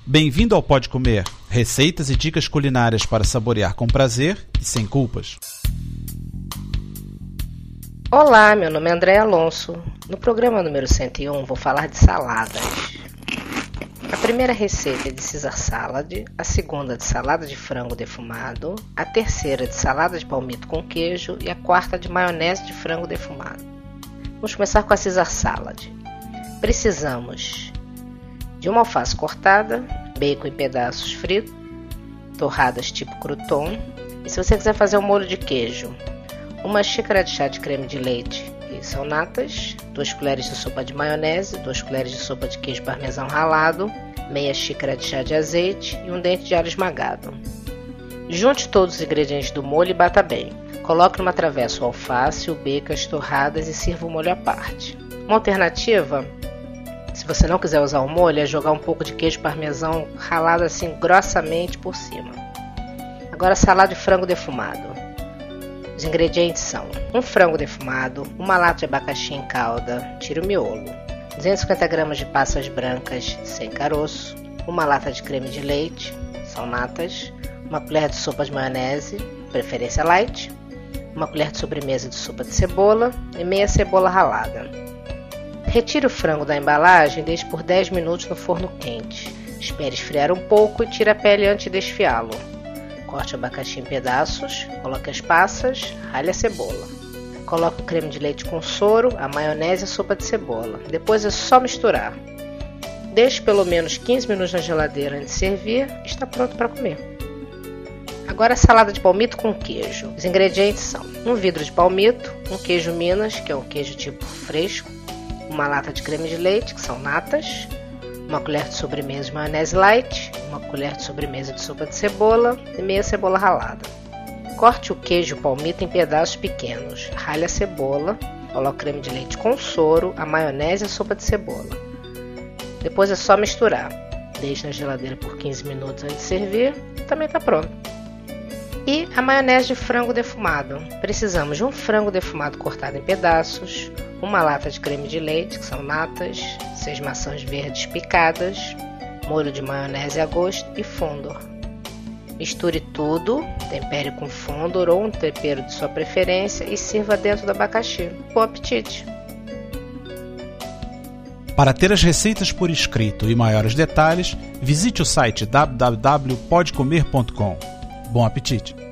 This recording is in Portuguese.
Bem-vindo ao Pode Comer, receitas e dicas culinárias para saborear com prazer e sem culpas. Olá, meu nome é André Alonso. No programa número 101 vou falar de saladas. A primeira receita é de Caesar salad, a segunda de salada de frango defumado, a terceira de salada de palmito com queijo e a quarta de maionese de frango defumado. Vamos começar com a Caesar salad. Precisamos de uma alface cortada, bacon em pedaços fritos, torradas tipo crouton, e se você quiser fazer um molho de queijo, uma xícara de chá de creme de leite, que são natas, 2 colheres de sopa de maionese, 2 colheres de sopa de queijo parmesão ralado, meia xícara de chá de azeite e um dente de alho esmagado. Junte todos os ingredientes do molho e bata bem. Coloque numa travessa o alface, o bacon, as torradas e sirva o molho à parte. Uma alternativa, se você não quiser usar o molho, é jogar um pouco de queijo parmesão ralado assim grossamente por cima. Agora, salada de frango defumado. Os ingredientes são um frango defumado, uma lata de abacaxi em calda, tira o miolo, 250 gramas de passas brancas sem caroço, uma lata de creme de leite, são natas, uma colher de sopa de maionese, preferência light, uma colher de sobremesa de sopa de cebola e meia cebola ralada. Retire o frango da embalagem e deixe por 10 minutos no forno quente. Espere esfriar um pouco e tire a pele antes de desfiá-lo. Corte o abacaxi em pedaços, coloque as passas, ralhe a cebola. Coloque o creme de leite com soro, a maionese e a sopa de cebola. Depois é só misturar. Deixe pelo menos 15 minutos na geladeira antes de servir e está pronto para comer. Agora a salada de palmito com queijo. Os ingredientes são um vidro de palmito, um queijo Minas, que é um queijo tipo fresco, uma lata de creme de leite, que são natas, uma colher de sobremesa de maionese light, uma colher de sobremesa de sopa de cebola e meia cebola ralada. Corte o queijo palmito em pedaços pequenos, ralhe a cebola, coloque creme de leite com soro, a maionese e a sopa de cebola. Depois é só misturar. Deixe na geladeira por 15 minutos antes de servir e também está pronto. E a maionese de frango defumado. Precisamos de um frango defumado cortado em pedaços, uma lata de creme de leite, que são natas, 6 maçãs verdes picadas, molho de maionese a gosto e fondor. Misture tudo, tempere com fondor ou um tempero de sua preferência e sirva dentro do abacaxi. Bom apetite! Para ter as receitas por escrito e maiores detalhes, visite o site www.podecomer.com. Bom apetite!